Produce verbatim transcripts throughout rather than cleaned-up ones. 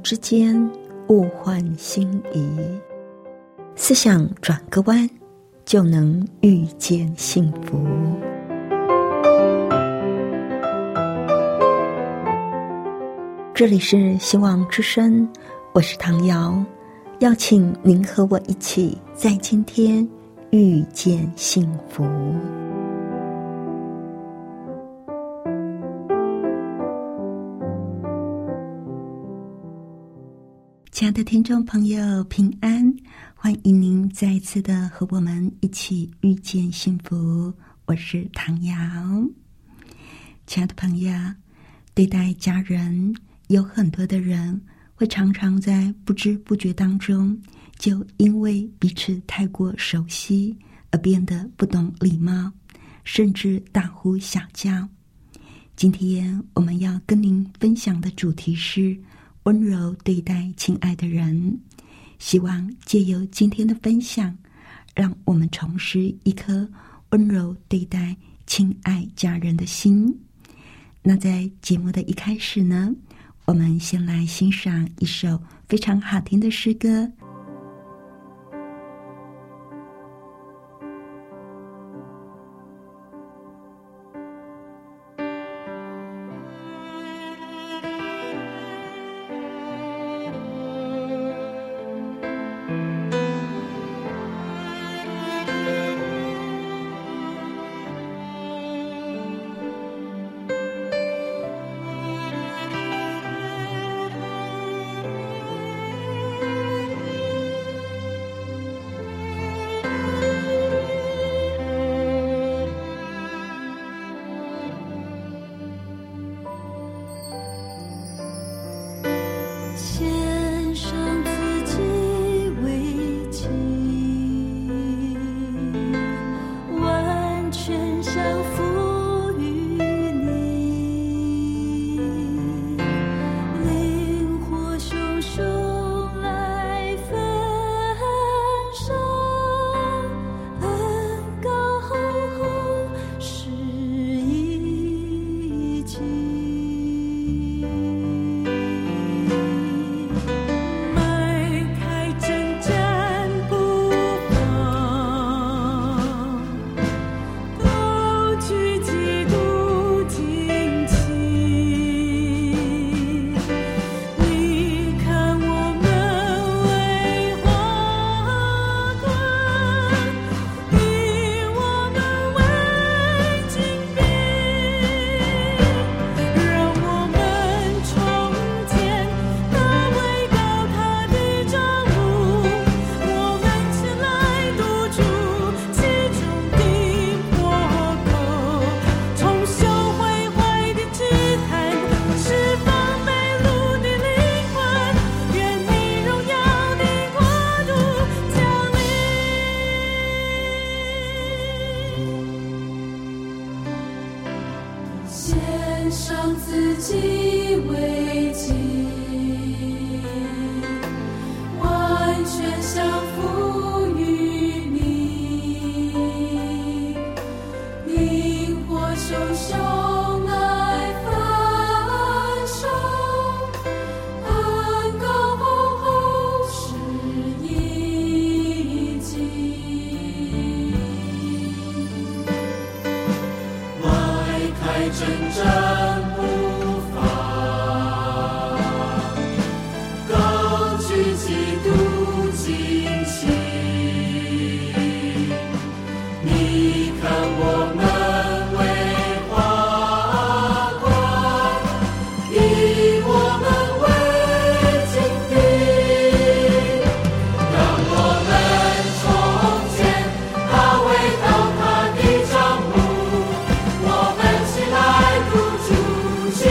之间，物换星移，思想转个弯，就能遇见幸福。这里是希望之声，我是唐瑶，邀请您和我一起在今天遇见幸福。亲爱的听众朋友，平安，欢迎您再一次的和我们一起遇见幸福。我是唐瑶。亲爱的朋友，对待家人，有很多的人会常常在不知不觉当中，就因为彼此太过熟悉而变得不懂礼貌，甚至大呼小叫。今天我们要跟您分享的主题是温柔对待亲爱的人，希望借由今天的分享，让我们重拾一颗温柔对待亲爱家人的心。那在节目的一开始呢，我们先来欣赏一首非常好听的诗歌。 我们起来，堵住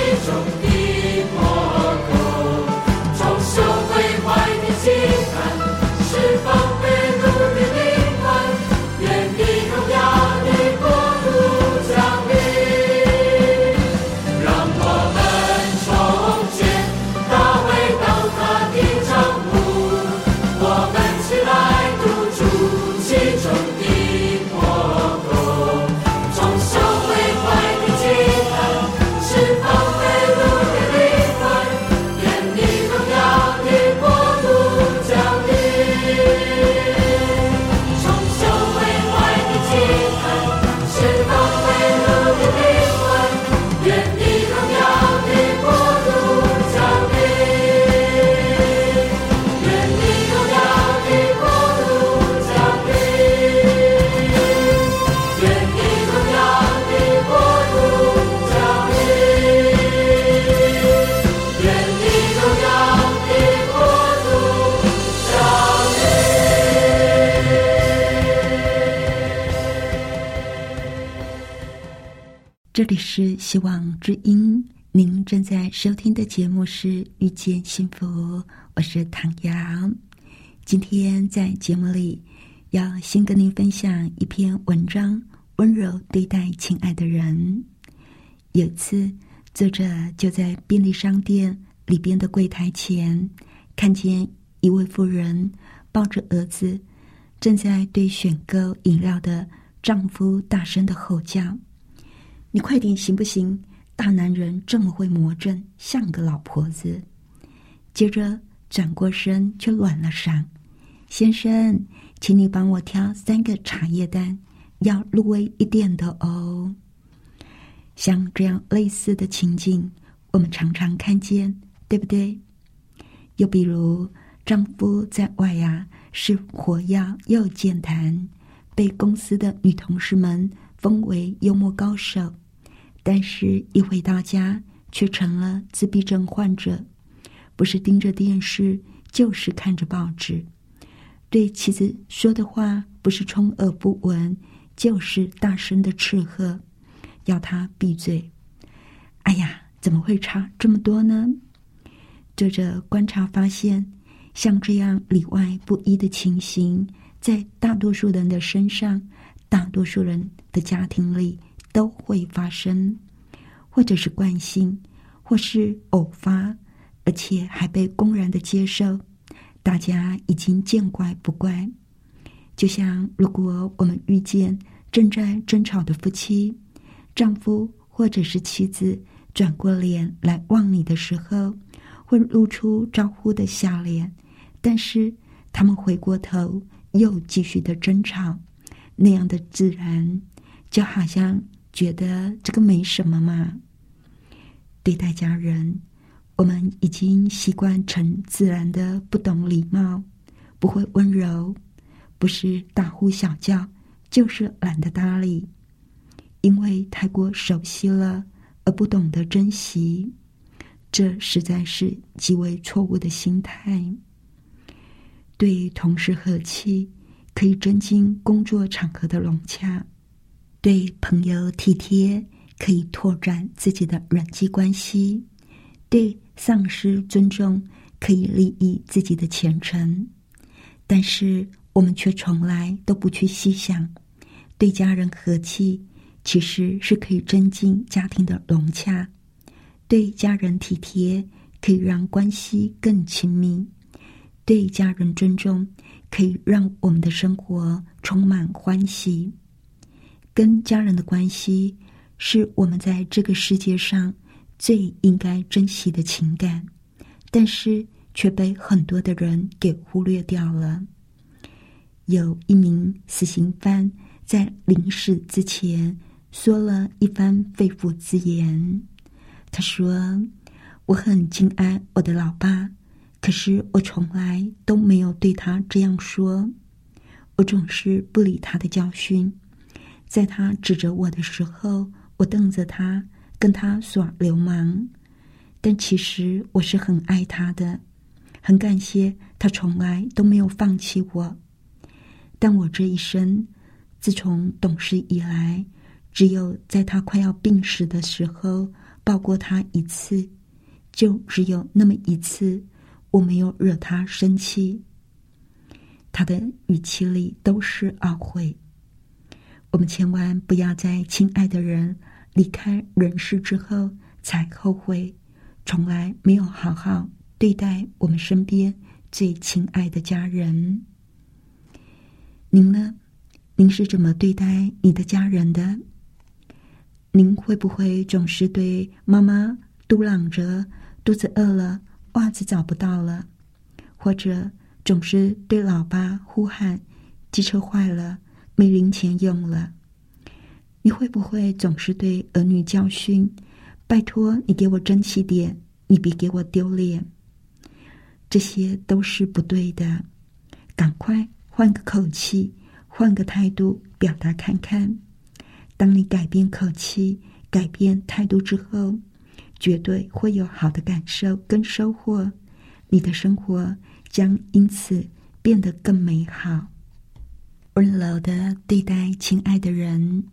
这里是希望之音，您正在收听的节目是遇见幸福，我是唐瑶。今天在节目里要先跟您分享一篇文章，温柔对待亲爱的人。有一次，作者就在便利商店里边的柜台前，看见一位妇人抱着儿子，正在对选购饮料的丈夫大声的吼叫：你快点行不行？大男人这么会魔怔，像个老婆子。接着转过身却软了嗓：先生，请你帮我挑三个茶叶蛋，要入味一点的哦。像这样类似的情景，我们常常看见，对不对？又比如丈夫在外啊是活跃又健谈，被公司的女同事们封为幽默高手，但是一回到家却成了自闭症患者，不是盯着电视就是看着报纸，对妻子说的话不是充耳不闻就是大声的斥喝，要她闭嘴。哎呀，怎么会差这么多呢？作者观察发现，像这样里外不一的情形，在大多数人的身上，大多数人的家庭里都会发生，或者是惯性，或是偶发，而且还被公然的接受，大家已经见怪不怪。就像如果我们遇见正在争吵的夫妻，丈夫或者是妻子转过脸来望你的时候，会露出招呼的笑脸，但是他们回过头又继续的争吵，那样的自然，就好像觉得这个没什么嘛。对待家人，我们已经习惯成自然的不懂礼貌，不会温柔，不是大呼小叫，就是懒得搭理，因为太过熟悉了而不懂得珍惜，这实在是极为错误的心态。对同事和气，可以增进工作场合的融洽；对朋友体贴，可以拓展自己的人际关系；对上司尊重，可以利益自己的前程。但是我们却从来都不去细想，对家人和气其实是可以增进家庭的融洽，对家人体贴可以让关系更亲密，对家人尊重可以让我们的生活充满欢喜。跟家人的关系是我们在这个世界上最应该珍惜的情感，但是却被很多的人给忽略掉了。有一名死刑犯在临死之前说了一番肺腑之言，他说：我很敬爱我的老爸，可是我从来都没有对他这样说，我总是不理他的教训，在他指责我的时候，我瞪着他，跟他耍流氓，但其实我是很爱他的，很感谢他从来都没有放弃我。但我这一生，自从懂事以来，只有在他快要病死的时候抱过他一次，就只有那么一次，我没有惹他生气。他的语气里都是懊悔。我们千万不要在亲爱的人离开人世之后才后悔，从来没有好好对待我们身边最亲爱的家人。您呢？您是怎么对待你的家人的？您会不会总是对妈妈嘟囔着肚子饿了，袜子找不到了，或者总是对老爸呼喊机车坏了，没零钱用了？你会不会总是对儿女教训，拜托你给我争气点，你别给我丢脸？这些都是不对的，赶快换个口气，换个态度表达看看。当你改变口气，改变态度之后，绝对会有好的感受跟收获，你的生活将因此变得更美好。温柔的对待亲爱的人，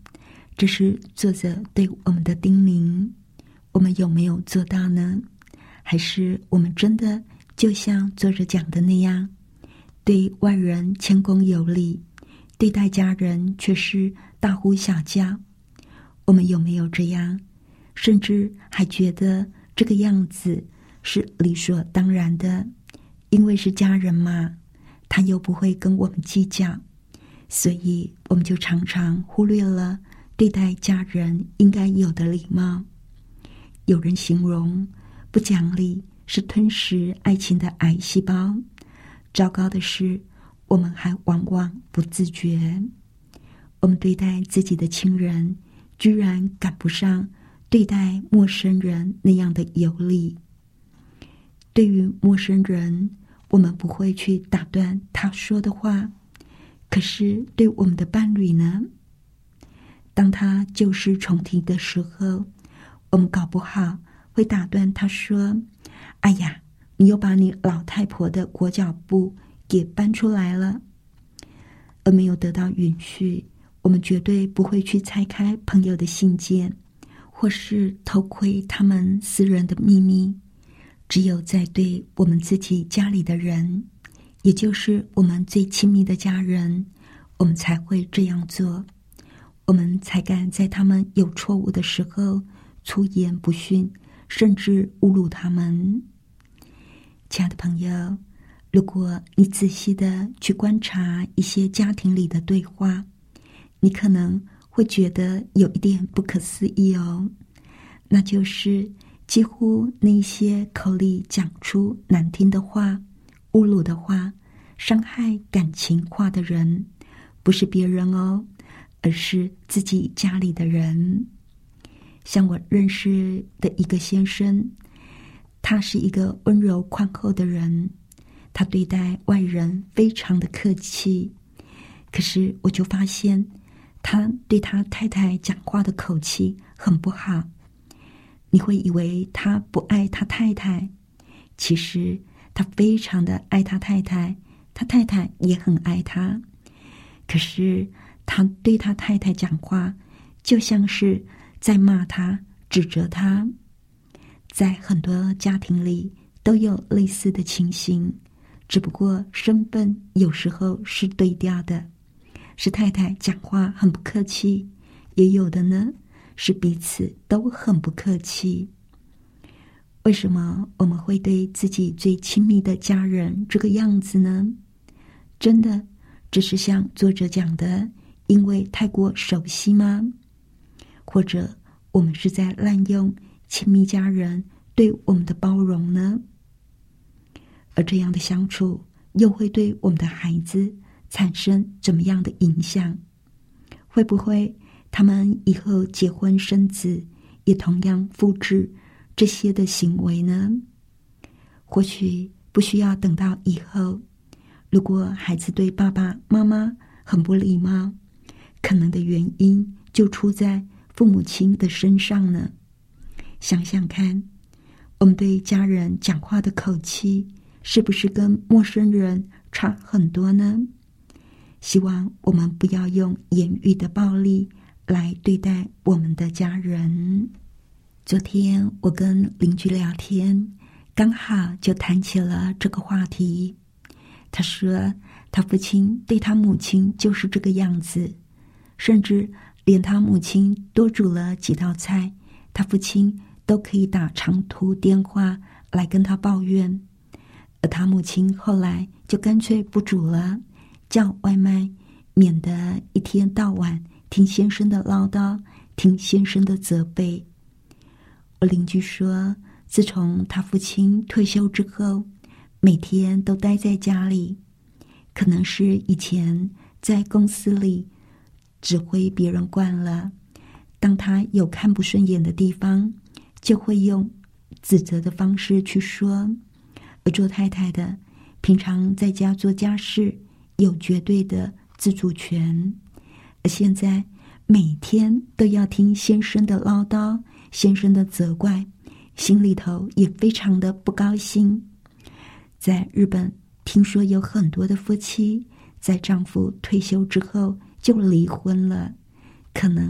这是作者对我们的叮咛，我们有没有做到呢？还是我们真的就像作者讲的那样，对外人谦恭有礼，对待家人却是大呼小叫？我们有没有这样？甚至还觉得这个样子是理所当然的，因为是家人嘛，他又不会跟我们计较，所以我们就常常忽略了对待家人应该有的礼貌。有人形容不讲理是吞噬爱情的癌细胞，糟糕的是我们还往往不自觉，我们对待自己的亲人居然赶不上对待陌生人那样的有礼。对于陌生人，我们不会去打断他说的话，可是对我们的伴侣呢？当他旧事重提的时候，我们搞不好会打断他说：哎呀，你又把你老太婆的裹脚布给搬出来了。而没有得到允许，我们绝对不会去拆开朋友的信件，或是偷窥他们私人的秘密。只有在对我们自己家里的人，也就是我们最亲密的家人，我们才会这样做，我们才敢在他们有错误的时候出言不逊，甚至侮辱他们。亲爱的朋友，如果你仔细的去观察一些家庭里的对话，你可能会觉得有一点不可思议哦，那就是几乎那些口里讲出难听的话、侮辱的话、伤害感情话的人，不是别人哦，而是自己家里的人。像我认识的一个先生，他是一个温柔宽厚的人，他对待外人非常的客气，可是我就发现他对他太太讲话的口气很不好。你会以为他不爱他太太，其实他非常的爱他太太，他太太也很爱他，可是他对他太太讲话就像是在骂他、指责他。在很多家庭里都有类似的情形，只不过身份有时候是对调的，是太太讲话很不客气，也有的呢是彼此都很不客气。为什么我们会对自己最亲密的家人这个样子呢？真的只是像作者讲的，因为太过熟悉吗？或者我们是在滥用亲密家人对我们的包容呢？而这样的相处又会对我们的孩子产生怎么样的影响？会不会他们以后结婚生子也同样复制这些的行为呢？或许不需要等到以后，如果孩子对爸爸妈妈很不礼貌，可能的原因就出在父母亲的身上呢。想想看，我们对家人讲话的口气是不是跟陌生人差很多呢？希望我们不要用言语的暴力来对待我们的家人。昨天我跟邻居聊天，刚好就谈起了这个话题。他说他父亲对他母亲就是这个样子，甚至连他母亲多煮了几道菜，他父亲都可以打长途电话来跟他抱怨，而他母亲后来就干脆不煮了，叫外卖，免得一天到晚听先生的唠叨，听先生的责备。我邻居说，自从他父亲退休之后，每天都待在家里，可能是以前在公司里指挥别人惯了，当他有看不顺眼的地方，就会用指责的方式去说。而做太太的平常在家做家事有绝对的自主权，而现在每天都要听先生的唠叨，先生的责怪，心里头也非常的不高兴。在日本，听说有很多的夫妻在丈夫退休之后就离婚了，可能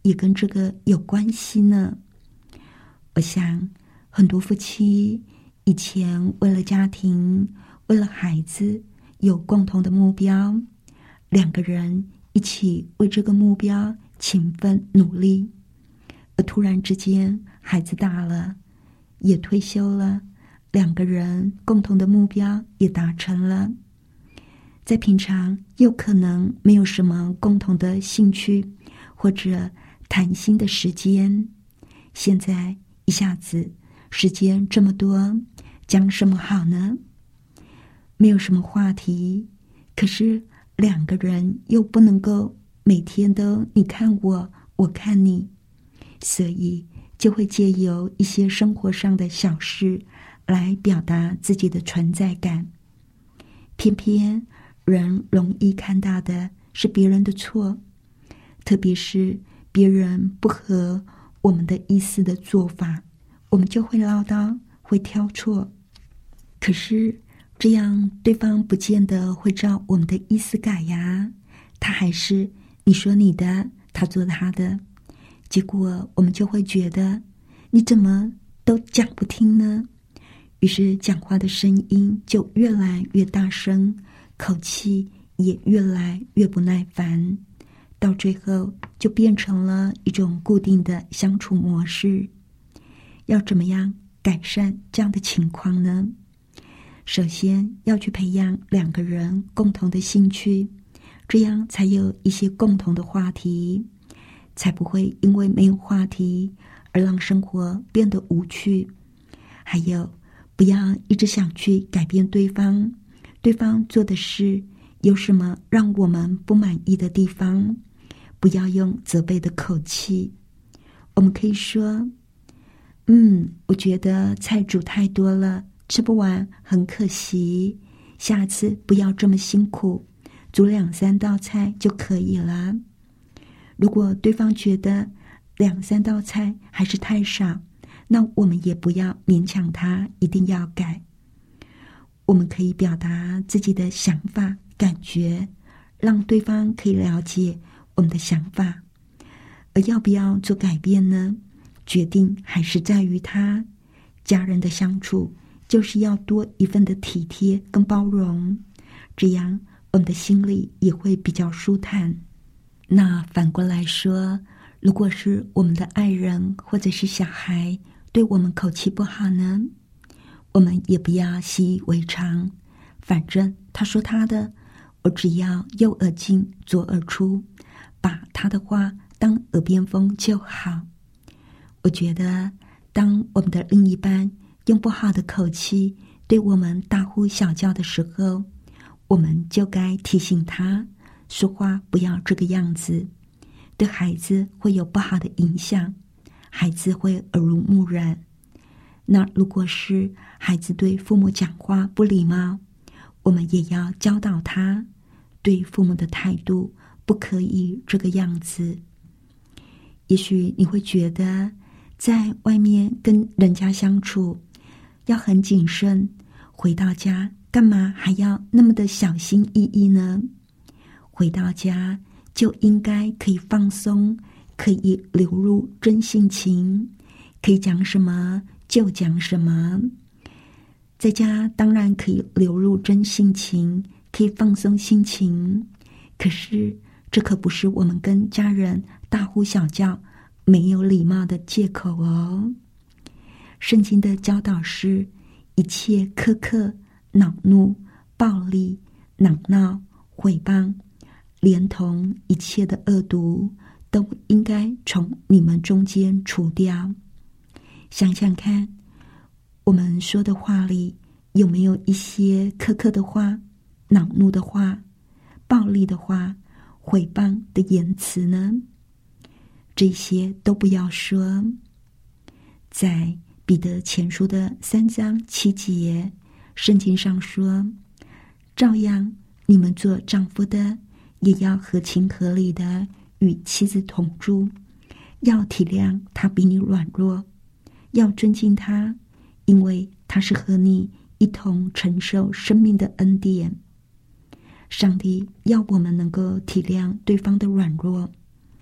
也跟这个有关系呢？我想很多夫妻以前为了家庭，为了孩子有共同的目标，两个人一起为这个目标勤奋努力，而突然之间孩子大了，也退休了，两个人共同的目标也达成了，在平常有可能没有什么共同的兴趣或者谈心的时间，现在一下子时间这么多，讲什么好呢？没有什么话题，可是两个人又不能够每天都你看我，我看你，所以就会借由一些生活上的小事来表达自己的存在感。偏偏人容易看到的是别人的错，特别是别人不合我们的意思的做法，我们就会唠叨，会挑错。可是这样对方不见得会照我们的意思改呀，他还是你说你的，他做他的，结果我们就会觉得你怎么都讲不听呢？于是讲话的声音就越来越大声，口气也越来越不耐烦，到最后就变成了一种固定的相处模式。要怎么样改善这样的情况呢？首先要去培养两个人共同的兴趣，这样才有一些共同的话题，才不会因为没有话题而让生活变得无趣。还有，不要一直想去改变对方，对方做的事有什么让我们不满意的地方，不要用责备的口气。我们可以说，嗯，我觉得菜煮太多了，吃不完很可惜，下次不要这么辛苦，煮两三道菜就可以了。如果对方觉得两三道菜还是太少，那我们也不要勉强他一定要改。我们可以表达自己的想法感觉，让对方可以了解我们的想法。而要不要做改变呢？决定还是在于他。家人的相处就是要多一份的体贴跟包容，这样我们的心里也会比较舒坦。那反过来说，如果是我们的爱人或者是小孩对我们口气不好呢，我们也不要习以为常，反正他说他的，我只要右耳进左耳出，把他的话当耳边风就好。我觉得当我们的另一半用不好的口气对我们大呼小叫的时候，我们就该提醒他，说话不要这个样子，对孩子会有不好的影响，孩子会耳濡目染。那如果是孩子对父母讲话不礼貌，我们也要教导他，对父母的态度不可以这个样子。也许你会觉得在外面跟人家相处要很谨慎，回到家干嘛还要那么的小心翼翼呢？回到家就应该可以放松，可以流入真性情，可以讲什么就讲什么。在家当然可以流入真性情，可以放松心情，可是这可不是我们跟家人大呼小叫没有礼貌的借口哦。圣经的教导是，一切苛刻、恼怒、暴力、嚷闹、毁谤，连同一切的恶毒，都应该从你们中间除掉。想想看，我们说的话里有没有一些苛刻的话、恼怒的话、暴力的话、毁谤的言辞呢？这些都不要说。在彼得前书的三章七节，圣经上说，照样你们做丈夫的也要合情合理的与妻子同住，要体谅他比你软弱，要尊敬他，因为他是和你一同承受生命的恩典。上帝要我们能够体谅对方的软弱，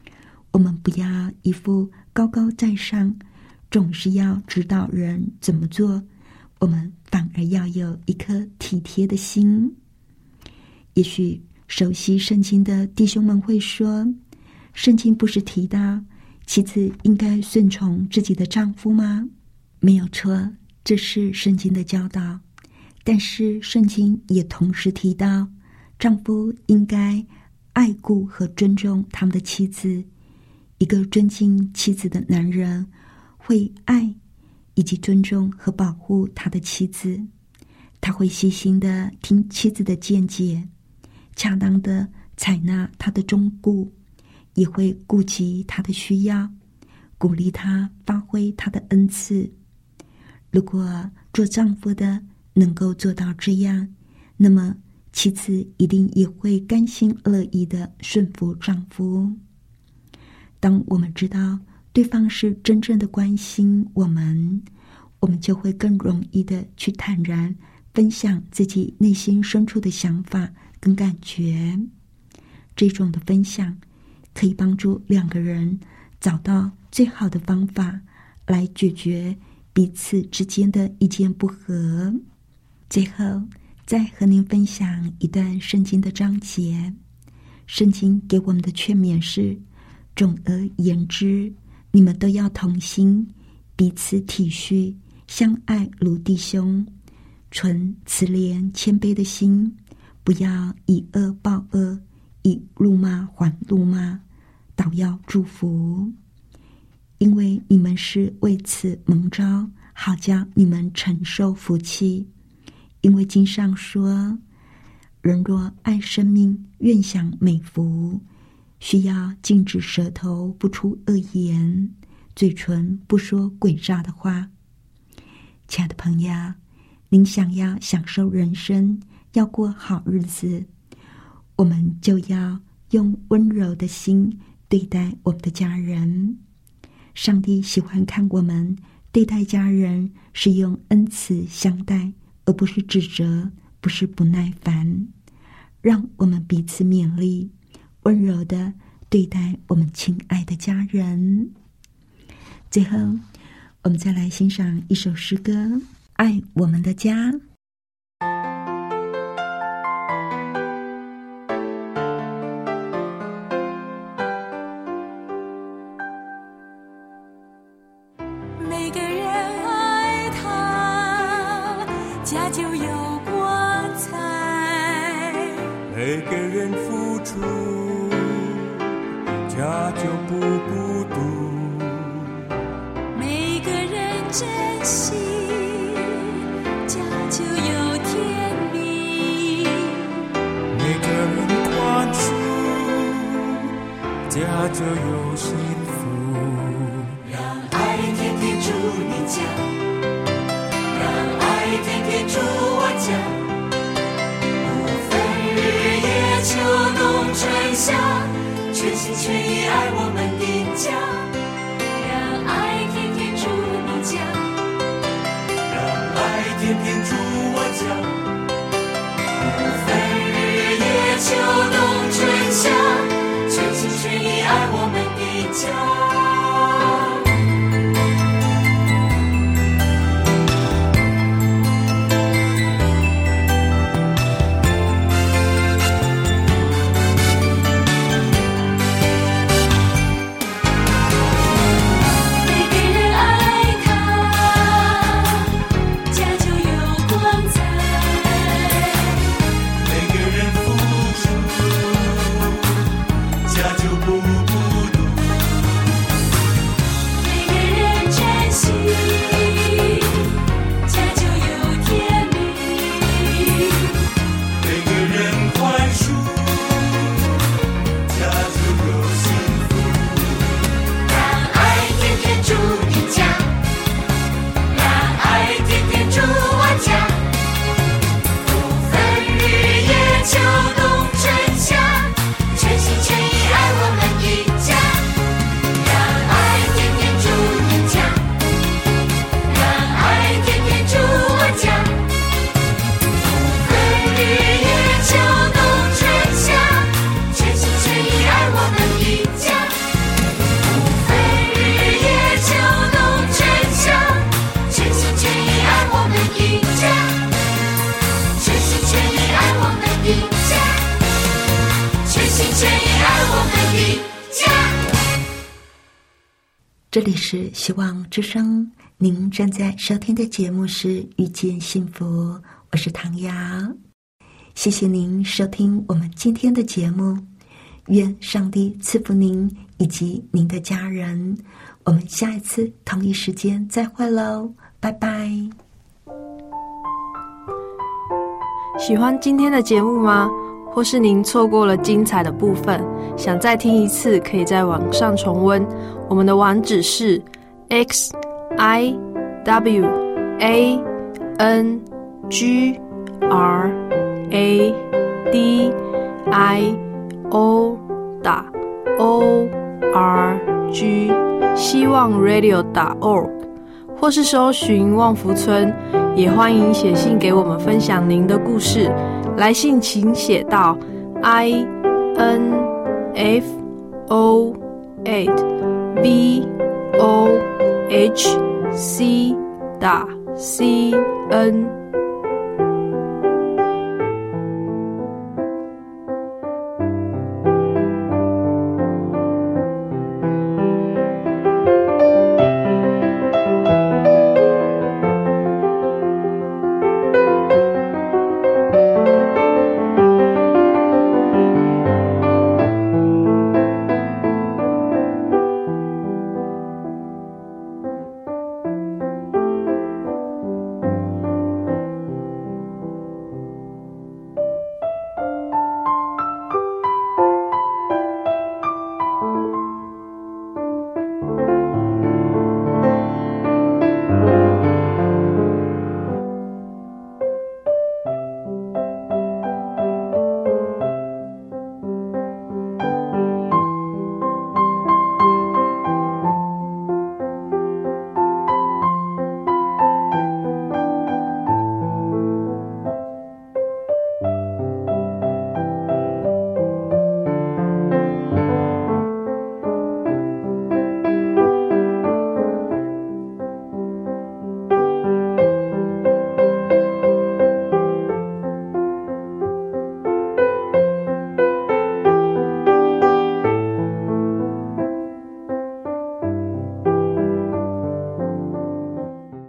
我们不要一副高高在上，总是要指导人怎么做，我们反而要有一颗体贴的心。也许熟悉圣经的弟兄们会说，圣经不是提到妻子应该顺从自己的丈夫吗？没有错，这是圣经的教导。但是圣经也同时提到，丈夫应该爱顾和尊重他们的妻子。一个尊敬妻子的男人会爱以及尊重和保护他的妻子，他会细心地听妻子的见解，恰当地采纳他的忠告，也会顾及他的需要，鼓励他发挥他的恩赐。如果做丈夫的能够做到这样，那么妻子一定也会甘心乐意地顺服丈夫。当我们知道对方是真正的关心我们，我们就会更容易的去坦然分享自己内心深处的想法跟感觉。这种的分享可以帮助两个人找到最好的方法来解决彼此之间的意见不合。最后再和您分享一段圣经的章节。圣经给我们的劝勉是，总而言之，你们都要同心，彼此体恤，相爱如弟兄，存慈怜谦卑的心，不要以恶报恶，以辱骂还辱骂，倒要祝福。因为你们是为此蒙召，好叫你们承受福气。因为经上说，人若爱生命，愿享美福，需要禁止舌头不出恶言，嘴唇不说诡诈的话。亲爱的朋友，您想要享受人生，要过好日子，我们就要用温柔的心对待我们的家人。上帝喜欢看我们对待家人是用恩慈相待，而不是指责，不是不耐烦。让我们彼此勉励，温柔的对待我们亲爱的家人。最后，我们再来欣赏一首诗歌《爱我们的家》。 每个人爱他，家就有光彩； 每个人付出，家就不孤独； 每个人珍惜，家就有甜蜜； 每个人宽恕，家就有幸福。 让爱天天住你家，让爱天天住我家，不分日夜秋冬春夏，全心全意爱我们的家。 让爱天天住你家， 让爱天天住我家，不分日夜秋冬春夏，全心全意爱我们的家。 家就不孤独。 这里是希望之声，您正在收听的节目是遇见幸福，我是唐瑶。谢谢您收听我们今天的节目，愿上帝赐福您以及您的家人。我们下一次同一时间再会喽，拜拜。 喜欢今天的节目吗？或是您错过了精彩的部分，想再听一次，可以在网上重温。我们的网址是 x i w a n g r a d i o 打 o r g 希望 radio 打 org， 或是搜寻旺福村，也欢迎写信给我们分享您的故事。来信请写到 i n f o at v o h c 打 c n